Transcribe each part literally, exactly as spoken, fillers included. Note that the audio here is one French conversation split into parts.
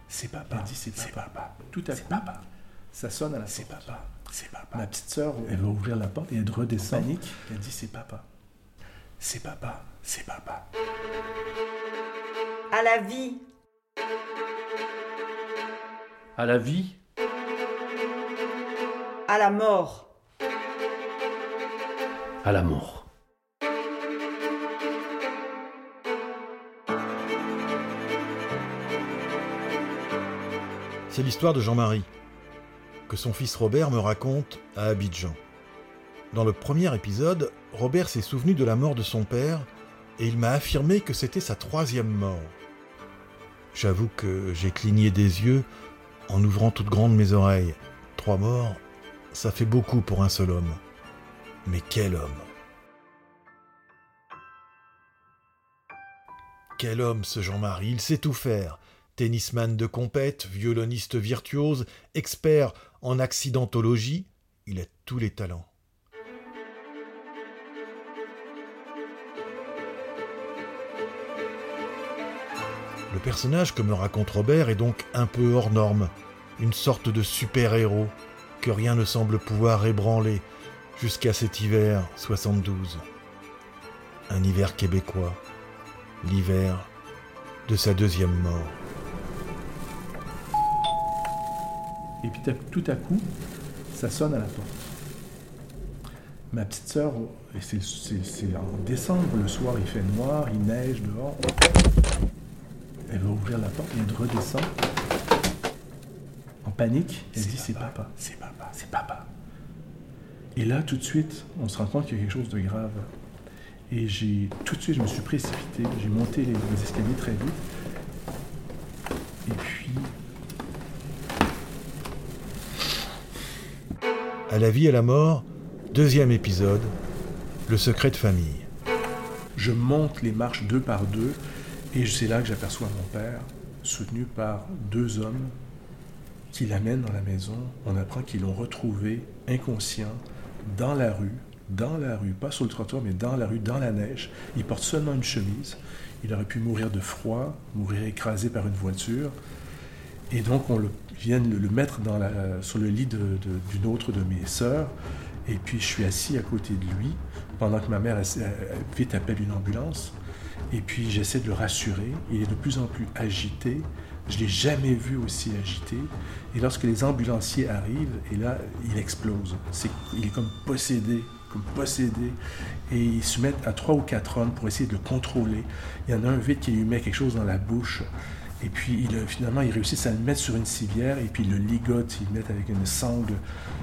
C'est papa. Elle dit c'est papa. C'est papa. Tout à C'est coup, papa. ça sonne à la C'est porte. papa. C'est papa. Ma petite sœur, elle va ouvrir la porte et elle redescend. Panique. Elle dit c'est papa. C'est papa. C'est papa. À la vie. À la vie, À la mort. à la mort. C'est l'histoire de Jean-Marie, que son fils Robert me raconte à Abidjan. Dans le premier épisode, Robert s'est souvenu de la mort de son père et il m'a affirmé que c'était sa troisième mort. J'avoue que j'ai cligné des yeux en ouvrant toutes grandes mes oreilles. Trois morts, ça fait beaucoup pour un seul homme. Mais quel homme! Quel homme ce Jean-Marie, il sait tout faire. Tennisman de compète, violoniste virtuose, expert en accidentologie, il a tous les talents. Le personnage que me raconte Robert est donc un peu hors norme, une sorte de super-héros que rien ne semble pouvoir ébranler jusqu'à cet hiver soixante-douze. Un hiver québécois, l'hiver de sa deuxième mort. Et puis tout à coup, ça sonne à la porte. Ma petite sœur, et c'est, c'est, c'est en décembre, le soir, il fait noir, il neige dehors. Elle va ouvrir la porte et elle redescend. En panique, elle C'est dit c'est papa. papa. C'est papa. C'est papa. Et là, tout de suite, on se rend compte qu'il y a quelque chose de grave. Et j'ai, tout de suite, je me suis précipité. J'ai monté les, les escaliers très vite. Et puis, À la vie et à la mort, deuxième épisode, le secret de famille. je monte les marches deux par deux. Et c'est là que j'aperçois mon père, soutenu par deux hommes qui l'amènent dans la maison. On apprend qu'ils l'ont retrouvé inconscient dans la rue, dans la rue, pas sur le trottoir, mais dans la rue, dans la neige. Il porte seulement une chemise. Il aurait pu mourir de froid, mourir écrasé par une voiture. Et donc, on le, vient le, le mettre dans la, sur le lit de, de, d'une autre de mes sœurs. Et puis, je suis assis à côté de lui, pendant que ma mère, elle, elle, vite, appelle une ambulance. Et puis, j'essaie de le rassurer. Il est de plus en plus agité. Je ne l'ai jamais vu aussi agité. Et lorsque les ambulanciers arrivent, et là, il explose. C'est, il est comme possédé, comme possédé. Et ils se mettent à trois ou quatre hommes pour essayer de le contrôler. Il y en a un vite qui lui met quelque chose dans la bouche. Et puis, il, finalement, ils réussissent à le mettre sur une civière. Et puis, ils le ligotent, ils le mettent avec une sangle.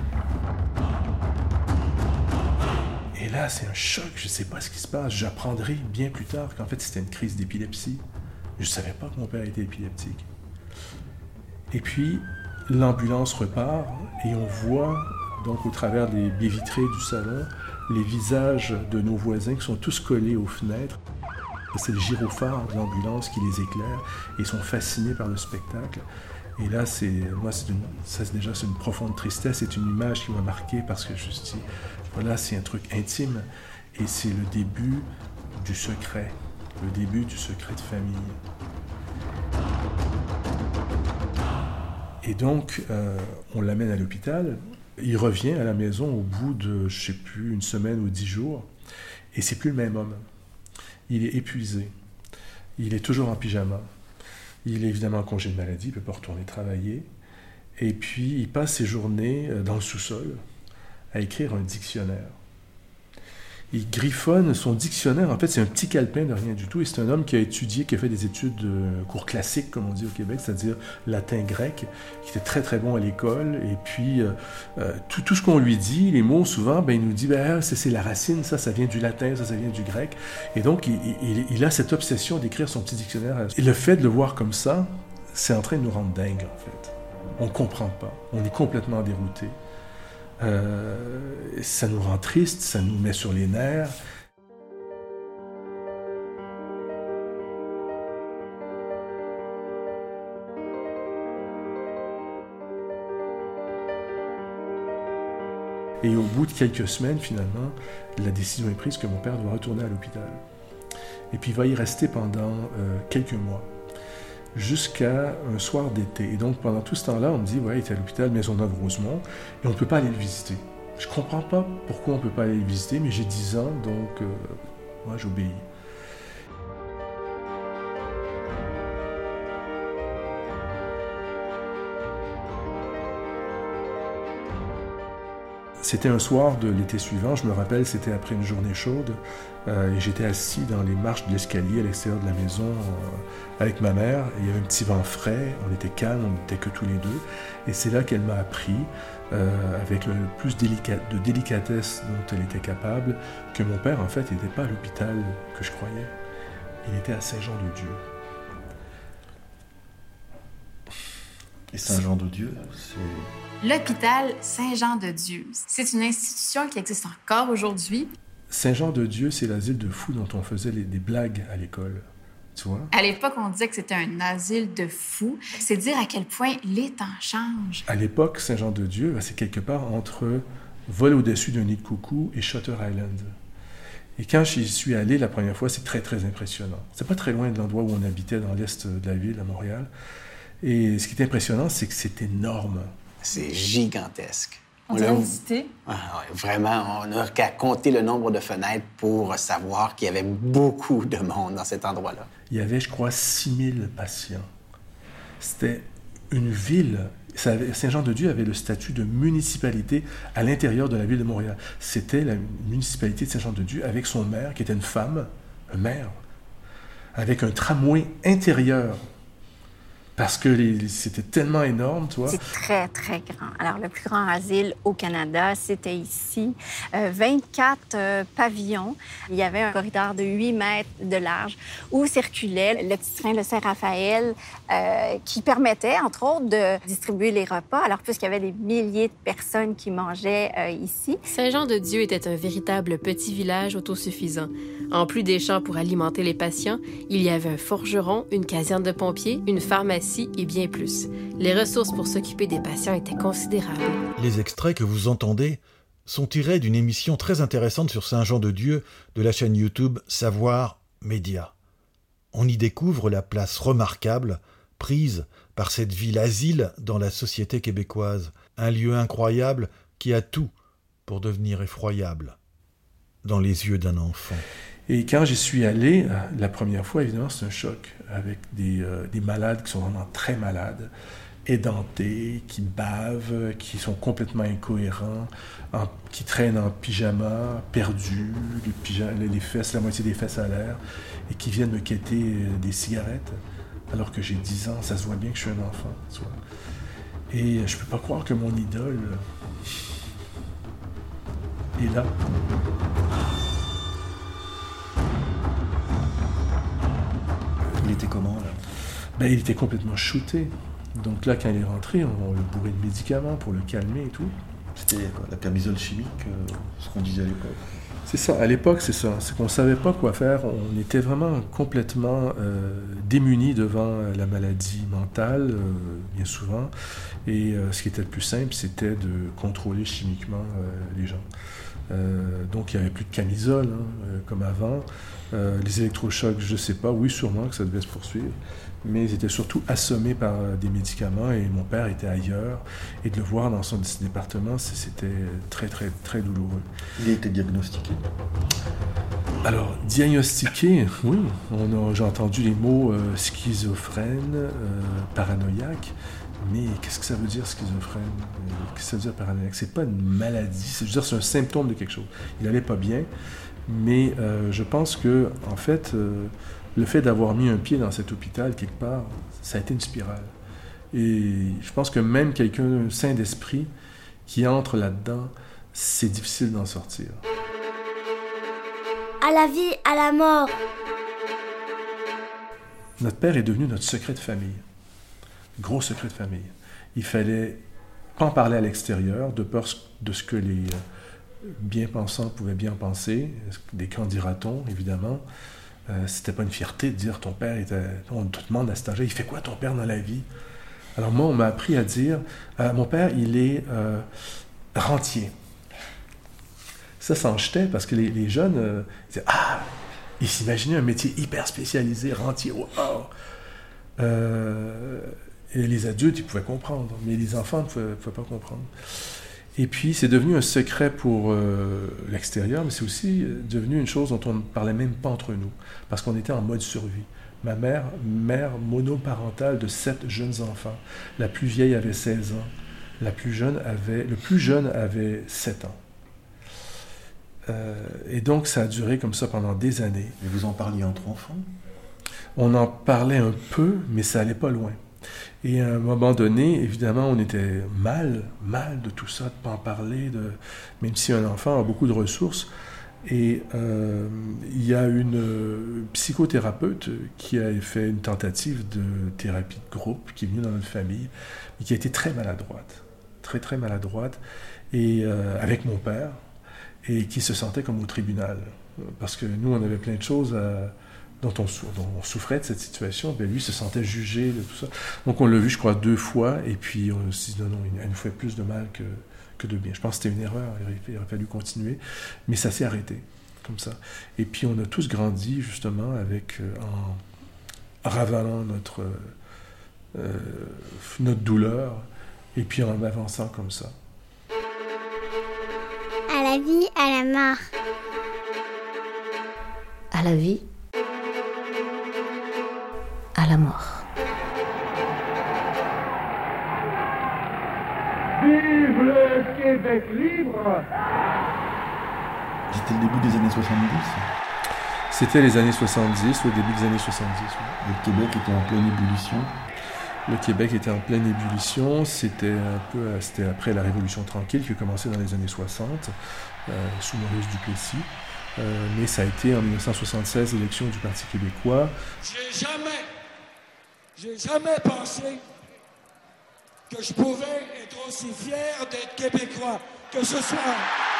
Et là, c'est un choc. Je ne sais pas ce qui se passe. J'apprendrai bien plus tard qu'en fait, c'était une crise d'épilepsie. Je ne savais pas que mon père était épileptique. Et puis, l'ambulance repart et on voit, donc au travers des baies vitrées du salon, les visages de nos voisins qui sont tous collés aux fenêtres. C'est le gyrophare de l'ambulance qui les éclaire et ils sont fascinés par le spectacle. Et là, c'est, moi, c'est une, ça, c'est déjà c'est une profonde tristesse. C'est une image qui m'a marqué parce que je me dis, voilà, c'est un truc intime et c'est le début du secret, le début du secret de famille. Et donc, euh, on l'amène à l'hôpital. Il revient à la maison au bout de, je sais plus, une semaine ou dix jours. Et c'est plus le même homme. Il est épuisé. Il est toujours en pyjama. Il est évidemment en congé de maladie, il ne peut pas retourner travailler. Et puis, il passe ses journées dans le sous-sol à écrire un dictionnaire. Il griffonne son dictionnaire. En fait, c'est un petit calepin de rien du tout. Et c'est un homme qui a étudié, qui a fait des études de cours classiques, comme on dit au Québec, c'est-à-dire latin-grec, qui était très, très bon à l'école. Et puis, euh, euh, tout, tout ce qu'on lui dit, les mots, souvent, ben, il nous dit, ben, c'est, c'est la racine, ça, ça vient du latin, ça, ça vient du grec. Et donc, il, il, il a cette obsession d'écrire son petit dictionnaire. Et le fait de le voir comme ça, c'est en train de nous rendre dingues, en fait. On ne comprend pas. On est complètement dérouté. Euh, ça nous rend triste, ça nous met sur les nerfs. Et au bout de quelques semaines, finalement, la décision est prise que mon père doit retourner à l'hôpital. Et puis il va y rester pendant euh, quelques mois. jusqu'à un soir d'été. Et donc, pendant tout ce temps-là, on me dit, ouais, il est à l'hôpital Maisonneuve-Rosemont, et on ne peut pas aller le visiter. Je ne comprends pas pourquoi on ne peut pas aller le visiter, mais j'ai dix ans, donc euh, moi, j'obéis. C'était un soir de l'été suivant, je me rappelle, c'était après une journée chaude, euh, et j'étais assis dans les marches de l'escalier à l'extérieur de la maison euh, avec ma mère, et il y avait un petit vent frais, on était calmes, on n'était que tous les deux, et c'est là qu'elle m'a appris, euh, avec le plus délicat, de délicatesse dont elle était capable, que mon père, en fait, n'était pas à l'hôpital que je croyais, il était à Saint-Jean-de-Dieu. Et Saint-Jean-de-Dieu, c'est... L'hôpital Saint-Jean-de-Dieu, c'est une institution qui existe encore aujourd'hui. Saint-Jean-de-Dieu, c'est l'asile de fous dont on faisait les, des blagues à l'école, tu vois? À l'époque, on disait que c'était un asile de fous. C'est dire à quel point les temps changent. À l'époque, Saint-Jean-de-Dieu, c'est quelque part entre Vol au-dessus d'un nid de coucou et Shutter Island. Et quand j'y suis allé la première fois, c'est très, très impressionnant. C'est pas très loin de l'endroit où on habitait dans l'est de la ville, à Montréal. Et ce qui est impressionnant, c'est que c'est énorme. C'est gigantesque. On dirait une cité. Ah, ouais, vraiment, on n'a qu'à compter le nombre de fenêtres pour savoir qu'il y avait beaucoup de monde dans cet endroit-là. Il y avait, je crois, six mille patients. C'était une ville. Saint-Jean-de-Dieu avait le statut de municipalité à l'intérieur de la ville de Montréal. C'était la municipalité de Saint-Jean-de-Dieu avec son maire, qui était une femme, un maire, avec un tramway intérieur. Parce que les, c'était tellement énorme, tu vois. C'est très, très grand. Alors, le plus grand asile au Canada, c'était ici. Euh, vingt-quatre euh, pavillons. Il y avait un corridor de huit mètres de large où circulait le petit train, le Saint-Raphaël, euh, qui permettait, entre autres, de distribuer les repas. Alors, puisqu'il y avait des milliers de personnes qui mangeaient euh, ici. Saint-Jean-de-Dieu était un véritable petit village autosuffisant. En plus des champs pour alimenter les patients, il y avait un forgeron, une caserne de pompiers, une pharmacie et bien plus. Les ressources pour s'occuper des patients étaient considérables. Les extraits que vous entendez sont tirés d'une émission très intéressante sur Saint-Jean-de-Dieu de la chaîne YouTube Savoir Média. On y découvre la place remarquable prise par cette ville-asile dans la société québécoise, un lieu incroyable qui a tout pour devenir effroyable dans les yeux d'un enfant. Et quand j'y suis allé, la première fois, évidemment, c'est un choc, avec des, euh, des malades qui sont vraiment très malades, édentés, qui bavent, qui sont complètement incohérents, en, qui traînent en pyjama, perdus, les, pyjama, les fesses, la moitié des fesses à l'air, et qui viennent me quêter des cigarettes, alors que j'ai dix ans, ça se voit bien que je suis un enfant, tu vois. Et je peux pas croire que mon idole est là. Il était comment, là? Ben, il était complètement shooté. Donc là, quand il est rentré, on, on le bourrait de médicaments pour le calmer et tout. C'était quoi, la camisole chimique, euh, ce qu'on disait à l'époque? C'est ça, à l'époque, c'est ça. C'est qu'on ne savait pas quoi faire. On était vraiment complètement euh, démunis devant la maladie mentale, euh, bien souvent. Et euh, ce qui était le plus simple, c'était de contrôler chimiquement euh, les gens. Euh, donc, il n'y avait plus de camisole, hein, euh, comme avant. Euh, les électrochocs, je ne sais pas. Oui, sûrement que ça devait se poursuivre. Mais ils étaient surtout assommés par des médicaments et mon père était ailleurs. Et de le voir dans son département, c'était très, très, très douloureux. Il a été diagnostiqué? Alors, diagnostiqué, oui. On a, j'ai entendu les mots euh, schizophrène, euh, paranoïaque. Mais qu'est-ce que ça veut dire, schizophrène? Qu'est-ce que ça veut dire, paranoïaque? C'est pas une maladie, c'est, je veux dire, c'est un symptôme de quelque chose. Il n'allait pas bien, mais euh, je pense que, en fait, euh, le fait d'avoir mis un pied dans cet hôpital, quelque part, ça a été une spirale. Et je pense que même quelqu'un sain d'esprit qui entre là-dedans, c'est difficile d'en sortir. À la vie, à la mort. Notre père est devenu notre secret de famille. Gros secret de famille. Il fallait pas en parler à l'extérieur, de peur de ce que les bien-pensants pouvaient bien penser, des qu'en dira-t-on, évidemment. Euh, c'était pas une fierté de dire ton père était. On te demande à cet âge-là, il fait quoi ton père dans la vie? Alors moi, on m'a appris à dire euh, mon père, il est euh, rentier. Ça, ça en jetait parce que les, les jeunes euh, disaient ah, ils s'imaginaient un métier hyper spécialisé, rentier, wow! Euh, et les adultes, ils pouvaient comprendre, mais les enfants ne pouvaient, pouvaient pas comprendre. Et puis, c'est devenu un secret pour euh, l'extérieur, mais c'est aussi devenu une chose dont on ne parlait même pas entre nous, parce qu'on était en mode survie. Ma mère, mère monoparentale de sept jeunes enfants. La plus vieille avait seize ans. La plus jeune avait, le plus jeune avait sept ans. Euh, et donc, ça a duré comme ça pendant des années. Et vous en parliez entre enfants? On en parlait un peu, mais ça allait pas loin. Et à un moment donné, évidemment, on était mal, mal de tout ça, de ne pas en parler, de, même si un enfant a beaucoup de ressources. Et euh, il y a une psychothérapeute qui a fait une tentative de thérapie de groupe, qui est venue dans notre famille, mais qui a été très maladroite, très, très maladroite, et euh, avec mon père, et qui se sentait comme au tribunal. Parce que nous, on avait plein de choses à... Dont on, dont on souffrait de cette situation, bien lui se sentait jugé de tout ça. Donc on l'a vu, je crois, deux fois, et puis on s'est dit non, non, elle nous fait plus de mal que, que de bien. Je pense que c'était une erreur, il aurait, il aurait fallu continuer, mais ça s'est arrêté, comme ça. Et puis on a tous grandi, justement, avec, euh, en ravalant notre, euh, notre douleur, et puis en avançant comme ça. À la vie, à la mort. À la vie, à la mort. Vive le Québec libre! C'était le début des années soixante-dix? C'était les années soixante-dix, au début des années soixante-dix. Oui. Le Québec était en pleine ébullition. Le Québec était en pleine ébullition. C'était un peu, c'était après la Révolution tranquille qui a commencé dans les années soixante, euh, sous Maurice Duplessis. Euh, mais ça a été en dix-neuf cent soixante-seize l'élection du Parti québécois. J'ai jamais, j'ai jamais pensé que je pouvais être aussi fier d'être québécois que ce soir.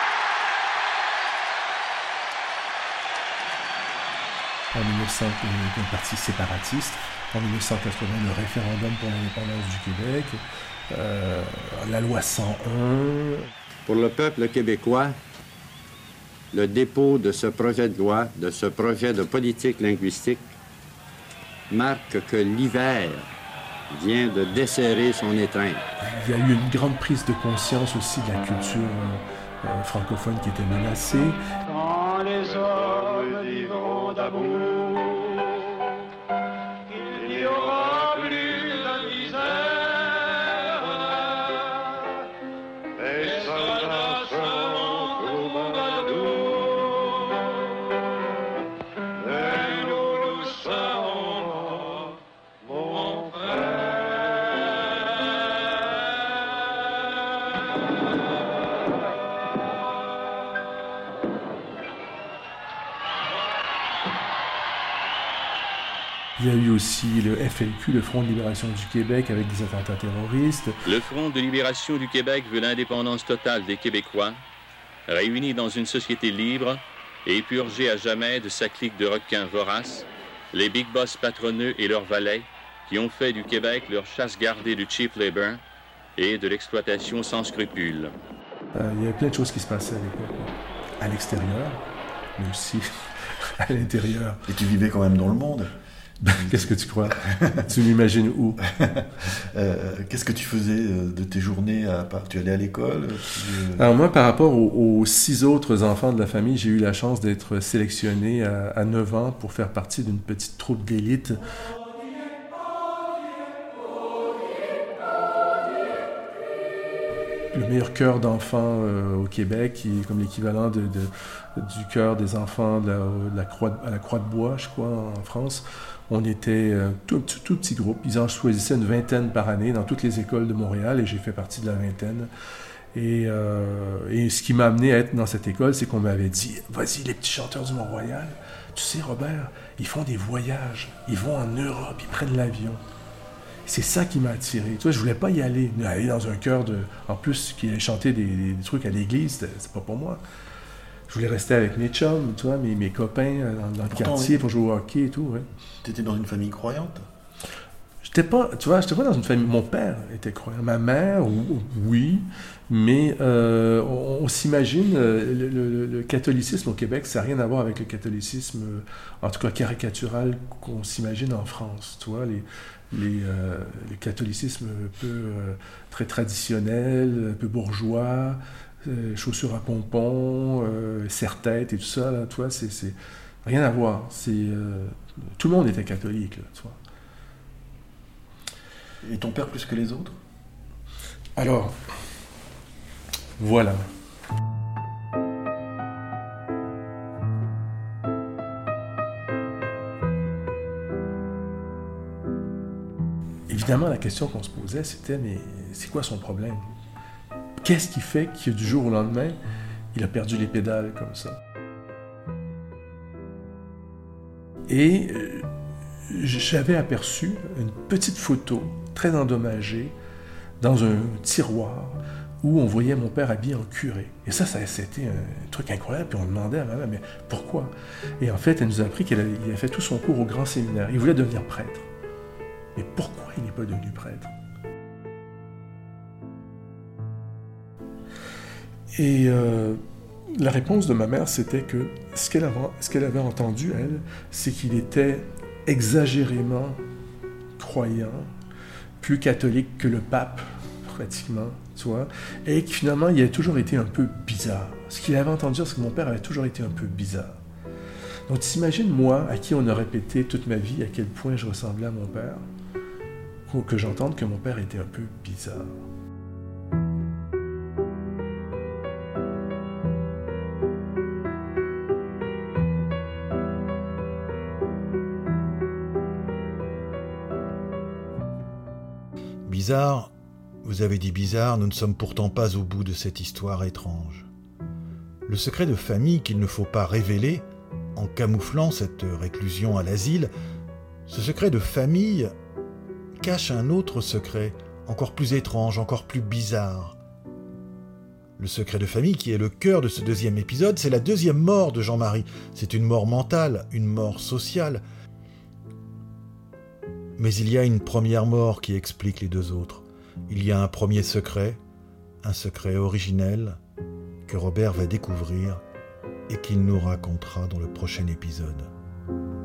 En mille neuf cents, un parti séparatiste. En dix-neuf cent quatre-vingts, le référendum pour l'indépendance du Québec. Euh, la loi cent un. Pour le peuple québécois, le dépôt de ce projet de loi, de ce projet de politique linguistique, marque que l'hiver vient de desserrer son étreinte. Il y a eu une grande prise de conscience aussi de la culture euh, francophone qui était menacée. Quand les hommes vivront d'amour, il n'y aura plus de misère, les soldats seront troubadours, et nous, nous serons mon frère. Il y a eu aussi le F L Q, le Front de libération du Québec, avec des attentats terroristes. Le Front de libération du Québec veut l'indépendance totale des Québécois, réunis dans une société libre et purgés à jamais de sa clique de requins voraces, les big boss patronneux et leurs valets, qui ont fait du Québec leur chasse gardée du cheap labor et de l'exploitation sans scrupules. Euh, il y avait plein de choses qui se passaient à l'époque, à l'extérieur, mais aussi à l'intérieur. Et tu vivais quand même dans le monde. Qu'est-ce que tu crois? Tu m'imagines où? euh, Qu'est-ce que tu faisais de tes journées à part? Tu allais à l'école? tu... Alors moi, par rapport aux, aux six autres enfants de la famille, j'ai eu la chance d'être sélectionné à, à neuf ans pour faire partie d'une petite troupe d'élite. Le meilleur chœur d'enfants euh, au Québec, qui est comme l'équivalent de, de, du chœur des enfants de la, de la croix, à la Croix de Bois, je crois, en France. On était un tout, tout, tout petit groupe. Ils en choisissaient une vingtaine par année dans toutes les écoles de Montréal et j'ai fait partie de la vingtaine. Et, euh, et ce qui m'a amené à être dans cette école, c'est qu'on m'avait dit « Vas-y, les petits chanteurs du Mont-Royal, tu sais, Robert, ils font des voyages, ils vont en Europe, ils prennent l'avion. » C'est ça qui m'a attiré. Tu vois, je voulais pas y aller. Aller dans un chœur de... En plus, qui allait chanter des, des, des trucs à l'église, c'était, c'est pas pour moi. Je voulais rester avec mes chums, tu vois, mes, mes copains dans, dans le Pourtant, quartier oui. pour jouer au hockey et tout. Ouais. Tu étais dans une famille croyante? J'étais pas, tu vois, j'étais pas dans une famille. Mon père était croyant, ma mère, oui, mais euh, on, on s'imagine euh, le, le, le catholicisme au Québec, ça n'a rien à voir avec le catholicisme, euh, en tout cas caricatural qu'on s'imagine en France. Tu vois, les, les, euh, le catholicisme un peu euh, très traditionnel, un peu bourgeois, euh, chaussures à pompons, euh, serre-tête et tout ça, là, tu vois, c'est, c'est rien à voir. C'est, euh, tout le monde était catholique, là, tu vois. Et ton père plus que les autres? Alors, voilà. Évidemment, la question qu'on se posait, c'était, mais c'est quoi son problème? Qu'est-ce qui fait que du jour au lendemain, il a perdu les pédales comme ça? Et euh, j'avais aperçu une petite photo très endommagée dans un tiroir où on voyait mon père habillé en curé. Et ça, ça c'était un truc incroyable. Puis on demandait à ma mère, mais pourquoi? Et en fait, elle nous a appris qu'il avait, il a fait tout son cours au grand séminaire. Il voulait devenir prêtre. Mais pourquoi il n'est pas devenu prêtre? Et euh, la réponse de ma mère, c'était que ce qu'elle avait, ce qu'elle avait entendu, elle, c'est qu'il était exagérément croyant, plus catholique que le pape, pratiquement, tu vois, et que finalement, il a toujours été un peu bizarre. Ce qu'il avait entendu, c'est que mon père avait toujours été un peu bizarre. Donc, t'imagines, moi, à qui on a répété toute ma vie à quel point je ressemblais à mon père, que j'entende que mon père était un peu bizarre. Bizarre, vous avez dit bizarre, nous ne sommes pourtant pas au bout de cette histoire étrange. Le secret de famille qu'il ne faut pas révéler, en camouflant cette réclusion à l'asile, ce secret de famille cache un autre secret, encore plus étrange, encore plus bizarre. Le secret de famille qui est le cœur de ce deuxième épisode, c'est la deuxième mort de Jean-Marie. C'est une mort mentale, une mort sociale. Mais il y a une première mort qui explique les deux autres. Il y a un premier secret, un secret originel, que Robert va découvrir et qu'il nous racontera dans le prochain épisode.